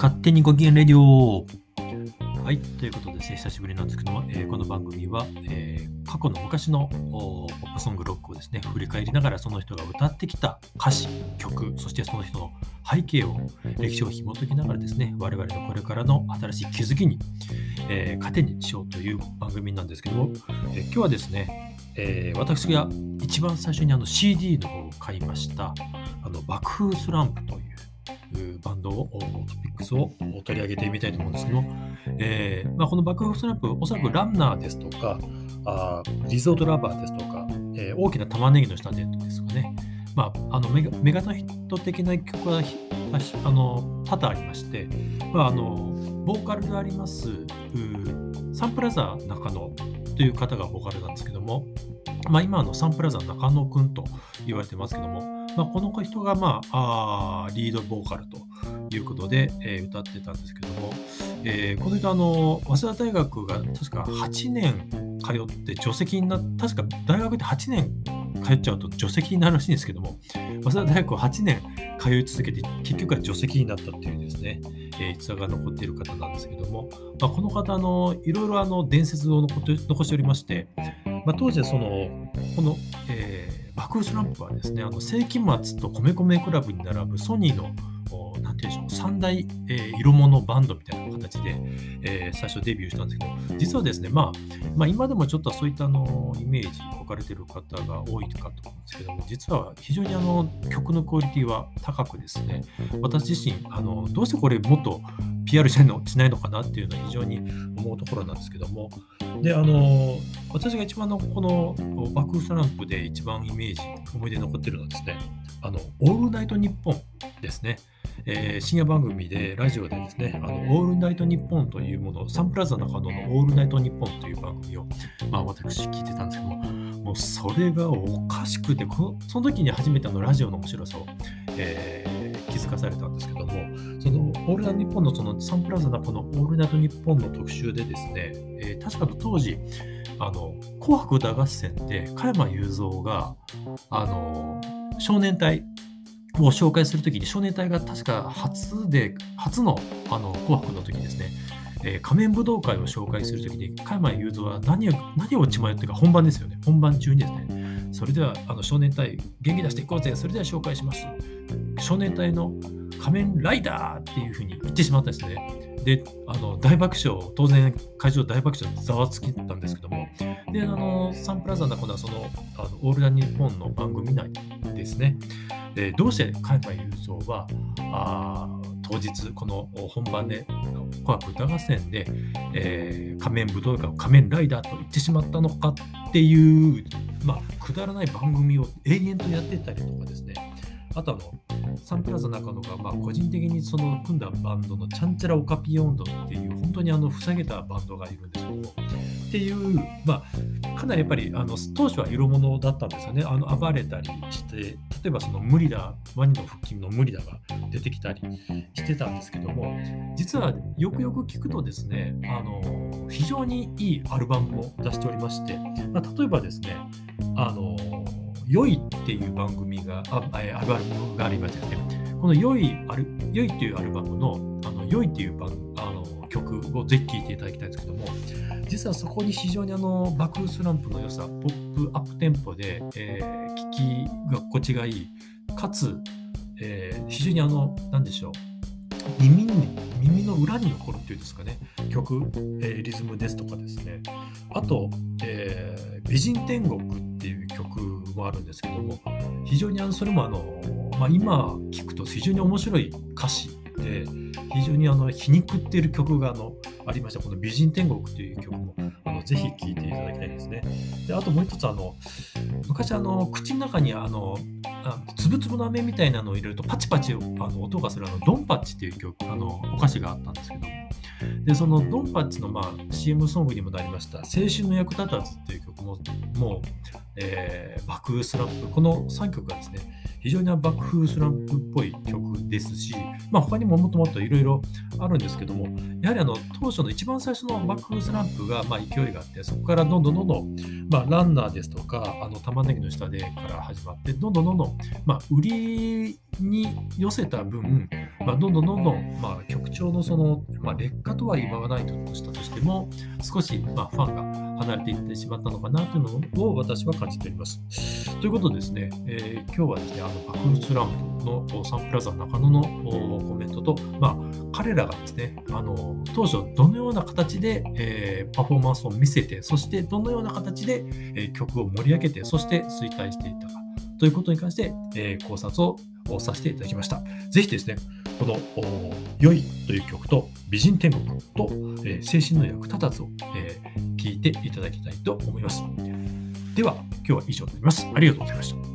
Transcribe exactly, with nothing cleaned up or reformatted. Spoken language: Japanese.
勝手にご機嫌レディオ。はい、ということでですね、久しぶりなんですけども、えーこの番組は、えー過去の昔のおポップソングロックをですね、振り返りながらその人が歌ってきた歌詞、曲、そしてその人の背景を、歴史を紐解きながらですね、我々のこれからの新しい気づきに、えー糧にしようという番組なんですけども、えー今日はですね、えー私が一番最初にあの シーディー の方を買いました、あの爆風スランプというバンドをトピックスを取り上げてみたいと思うんですけども、えーまあ、この爆風スランプ、おそらくランナーですとか、あーリゾートラバーですとか、えー大きな玉ねぎの下でですかね、まあ、あのメガメガヒット的な曲はひあの多々ありまして、まあ、あのボーカルでありますうーサンプラザ中野という方がボーカルなんですけども、まあ、今あのサンプラザ中野くんと言われてますけども、まあ、この人が、まあ、あーリードボーカルということで、えー歌ってたんですけども、えーこの人あの早稲田大学が確かはちねん通って除籍になっ確か大学ではちねん通っちゃうと除籍になるらしいんですけども、早稲田大学をはちねん通い続けて結局は除籍になったっていうですね、えー逸話が残っている方なんですけども、まあ、この方のいろいろあの伝説を残って残しておりまして、まあ、当時はそのこの、えー爆風スランプはですね、あの世紀末と米米クラブに並ぶソニーのおなんていうんでしょう、三大、えー色物バンドみたいな形で、えー最初デビューしたんですけど、実はですね、まあ、まあ、今でもちょっとそういったあのイメージ置かれている方が多いかと思うんですけども、実は非常にあの曲のクオリティは高くですね、私自身あのどうしてこれもっと ピーアール しないのしないのかなっていうのは非常に思うところなんですけども、で、あの私が一番のこの爆風スランプで一番イメージ、思い出に残っているのはですね、あのオールナイトニッポンですね。えー深夜番組でラジオでですね、あのオールナイトニッポンというものを、サンプラザ中野のオールナイトニッポンという番組を、まあ、私聞いてたんですけども、もうそれがおかしくて、このその時に初めてあのラジオの面白さを、えー気づかされたんですけども、そのオールナイトニッポンのそのサンプラザ中野オールナイトニッポンの特集でですね、えー確か当時、あの紅白歌合戦で加山雄三があの少年隊を紹介するときに、少年隊が確か初で初のあの紅白の時にですね、えー仮面武道会を紹介するときに加山雄三は何を何を血迷ってか、本番ですよね、本番中にですね、それではあの少年隊元気出していこうぜ、それでは紹介します、少年隊の仮面ライダーっていうふうに言ってしまったんですね。で、あの大爆笑、当然会場大爆笑でざわつきたんですけども、で、あのサンプラザの中のそのあのオールナイトニッポンの番組内ですね、えーどうして加山雄三はあー当日この本番で紅白歌合戦で、えー仮面武道会を仮面ライダーと言ってしまったのかっていう、まあ、くだらない番組を永遠とやってたりとかですね、あとあのサンプラザ中野がまあ個人的にその組んだバンドのチャンチャラオカピヨンドっていう本当にあのふさげたバンドがいるんですけども、っていう、まあ、かなりやっぱりあの当初は色物だったんですよね。あの暴れたりして、例えばその無理だ、ワニの腹筋の無理だが出てきたりしてたんですけども、実はよくよく聞くとですね、あの非常にいいアルバムを出しておりまして、まあ、例えばですね、あの良いっていう番組が、あ、えアルバムがありましてですね、この良いアル、良いっていうアルバムの、あの良いっていう番あの曲をぜひ聴いていただきたいんですけども、実はそこに非常にあの爆風スランプの良さ、ポップアップテンポで、えー、聴き心地がいい、かつ、えー非常にあの、なんでしょう、耳に耳の裏に残るっていうんですかね、曲、えーリズムですとかですね、あと、えー美人天国っていう曲もあるんですけども、非常にあのそれもあの、まあ、今聞くと非常に面白い歌詞で、非常にあの皮肉っている曲があのありました。この美人天国という曲もあのぜひ聴いていただきたいですね。で、あともう一つ、あの昔あの口の中にあのあつぶつぶの飴みたいなのを入れるとパチパチあの音がするあのドンパッチっていう曲、あのお菓子があったんですけども、でそのドンパッチの、まあ、シーエム ソングにもなりました青春の役立たずっていう曲ももう、えー、爆風スランプ、このさんきょくがですね非常に爆風スランプっぽい曲ですし、まあ、他にももっともっといろいろあるんですけども、やはりあの当初の一番最初の爆風スランプがまあ勢いがあって、そこからどんどんどんどん、まあ、ランナーですとか、あの玉ねぎの下でから始まって、どんどんどんどん、まあ、売りに寄せた分、まあ、どんどんどんどん、まあ、曲調のその、まあ、劣化とは言わないとしたとしても、少し、まあ、ファンが離れていってしまったのかなというのを私は感じております。ということでですね、えー今日はですね、あの爆風スランプのサンプラザ中野のおコメントと、まあ、彼らがですね、あの当初どのような形で、えーパフォーマンスを見せて、そしてどのような形で、えー曲を盛り上げて、そして衰退していったかということに関して、えー考察ををさせていただきました。ぜひですね、このお良いという曲と美人天国と、えー精神の役立たずを、えー聞いていただきたいと思います。では、今日は以上になります。ありがとうございました。